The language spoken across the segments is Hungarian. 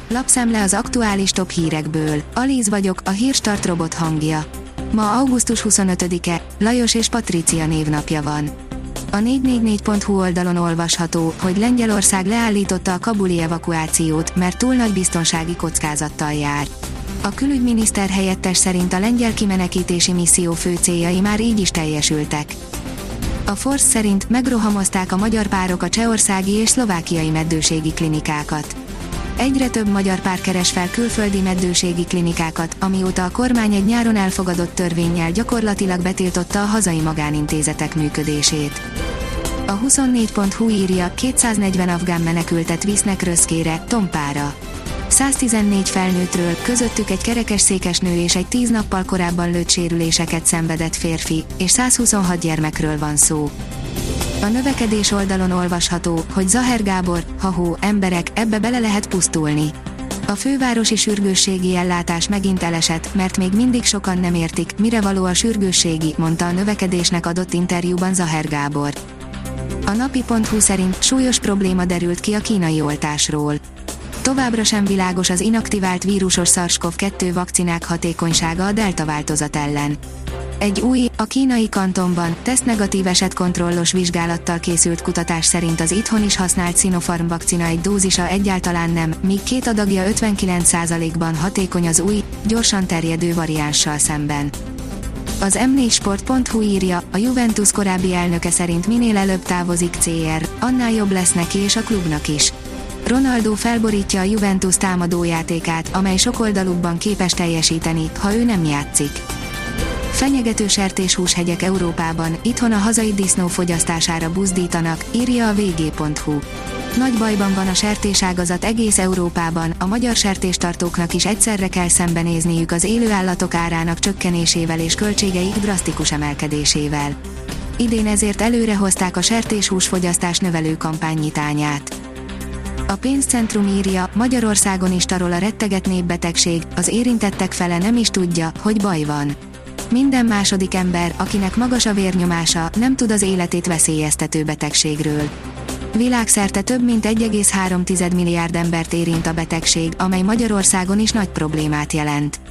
Lapszemle az aktuális top hírekből. Alíz vagyok, a Hírstart robot hangja. Ma augusztus 25-e, Lajos és Patrícia névnapja van. A 444.hu oldalon olvasható, hogy Lengyelország leállította a kabuli evakuációt, mert túl nagy biztonsági kockázattal jár. A külügyminiszter helyettes szerint a lengyel kimenekítési misszió fő céljai már így is teljesültek. A Force szerint megrohamozták a magyar párok a csehországi és szlovákiai meddőségi klinikákat. Egyre több magyar pár keres fel külföldi meddőségi klinikákat, amióta a kormány egy nyáron elfogadott törvénnyel gyakorlatilag betiltotta a hazai magánintézetek működését. A 24.hu írja, 240 afgán menekültet visznek Röszkére, Tompára. 114 felnőttről, közöttük egy kerekesszékes nő és egy 10 nappal korábban lőtt sérüléseket szenvedett férfi, és 126 gyermekről van szó. A növekedés oldalon olvasható, hogy Zaher Gábor, ha-hó, emberek, ebbe bele lehet pusztulni. A fővárosi sürgősségi ellátás megint elesett, mert még mindig sokan nem értik, mire való a sürgősségi, mondta a növekedésnek adott interjúban Zaher Gábor. A napi.hu szerint súlyos probléma derült ki a kínai oltásról. Továbbra sem világos az inaktivált vírusos SARS-CoV-2 vakcinák hatékonysága a delta változat ellen. Egy új, a kínai kantonban tesztnegatív esetkontrollos vizsgálattal készült kutatás szerint az itthon is használt Sinopharm vakcina egy dózisa egyáltalán nem, míg 2 adagja 59%-ban hatékony az új, gyorsan terjedő variánssal szemben. Az m4sport.hu írja, a Juventus korábbi elnöke szerint minél előbb távozik CR, annál jobb lesz neki és a klubnak is. Ronaldo felborítja a Juventus támadójátékát, amely sokoldalúbban képes teljesíteni, ha ő nem játszik. Fenyegető sertéshúshegyek Európában, itthon a hazai disznó fogyasztására buzdítanak, írja a vg.hu. Nagy bajban van a sertéságazat egész Európában, a magyar sertéstartóknak is egyszerre kell szembenézniük az élőállatok árának csökkenésével és költségeik drasztikus emelkedésével. Idén ezért előrehozták a sertéshúsfogyasztás növelő kampány nyitányát. A pénzcentrum írja, Magyarországon is tarol a retteget népbetegség, az érintettek fele nem is tudja, hogy baj van. Minden második ember, akinek magas a vérnyomása, nem tud az életét veszélyeztető betegségről. Világszerte több mint 1,3 milliárd embert érint a betegség, amely Magyarországon is nagy problémát jelent.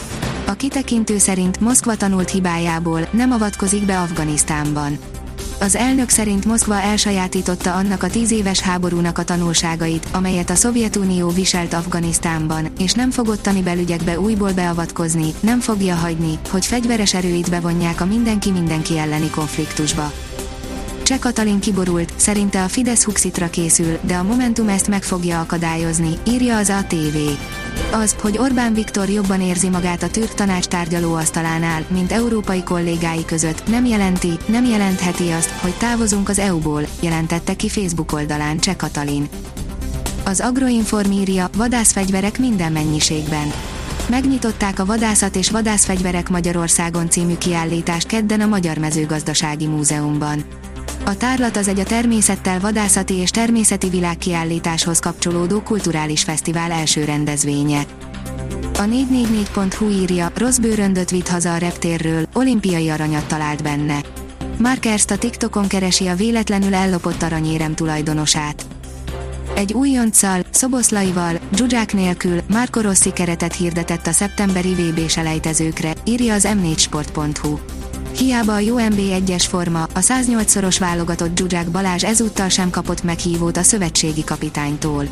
A kitekintő szerint Moszkva tanult hibájából, nem avatkozik be Afganisztánban. Az elnök szerint Moszkva elsajátította annak a 10 éves háborúnak a tanulságait, amelyet a Szovjetunió viselt Afganisztánban, és nem fog ottani belügyekbe újból beavatkozni, nem fogja hagyni, hogy fegyveres erőit bevonják a mindenki elleni konfliktusba. Cseh Katalin kiborult, szerinte a Fidesz Huxitra készül, de a Momentum ezt meg fogja akadályozni, írja az ATV. Az, hogy Orbán Viktor jobban érzi magát a türk tanács tárgyalóasztalánál, mint európai kollégái között, nem jelentheti azt, hogy távozunk az EU-ból, jelentette ki Facebook oldalán Cseh Katalin. Az Agroinform írja, vadászfegyverek minden mennyiségben. Megnyitották a Vadászat és Vadászfegyverek Magyarországon című kiállítást kedden a Magyar Mezőgazdasági Múzeumban. A tárlat az egy a természettel vadászati és természeti világkiállításhoz kapcsolódó kulturális fesztivál első rendezvénye. A 444.hu írja, rossz bőröndöt vitt haza a reptérről, olimpiai aranyat talált benne. Mark Ernst a TikTokon keresi a véletlenül ellopott aranyérem tulajdonosát. Egy újonccal, Szoboszlaival, dzsuzsák nélkül Marco Rossi keretet hirdetett a szeptemberi VB-selejtezőkre, írja az m4sport.hu. Hiába a jó NB1-es forma, a 108-szoros válogatott Dzsuzsák Balázs ezúttal sem kapott meghívót a szövetségi kapitánytól.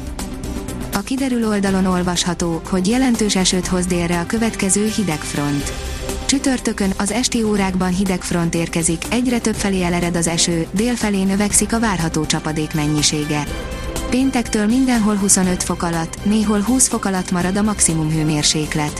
A kiderül oldalon olvasható, hogy jelentős esőt hoz délre a következő hidegfront. Csütörtökön, az esti órákban hidegfront érkezik, egyre többfelé elered az eső, délfelé növekszik a várható csapadék mennyisége. Péntektől mindenhol 25 fok alatt, néhol 20 fok alatt marad a maximum hőmérséklet.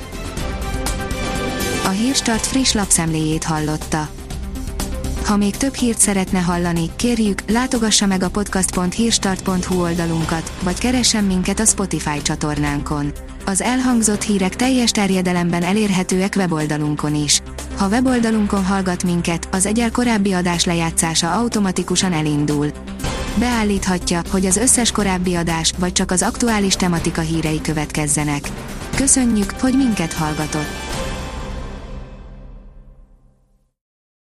A Hírstart friss lapszemléjét hallotta. Ha még több hírt szeretne hallani, kérjük, látogassa meg a podcast.hírstart.hu oldalunkat, vagy keressen minket a Spotify csatornánkon. Az elhangzott hírek teljes terjedelemben elérhetőek weboldalunkon is. Ha weboldalunkon hallgat minket, az egyel korábbi adás lejátszása automatikusan elindul. Beállíthatja, hogy az összes korábbi adás, vagy csak az aktuális tematika hírei következzenek. Köszönjük, hogy minket hallgatott!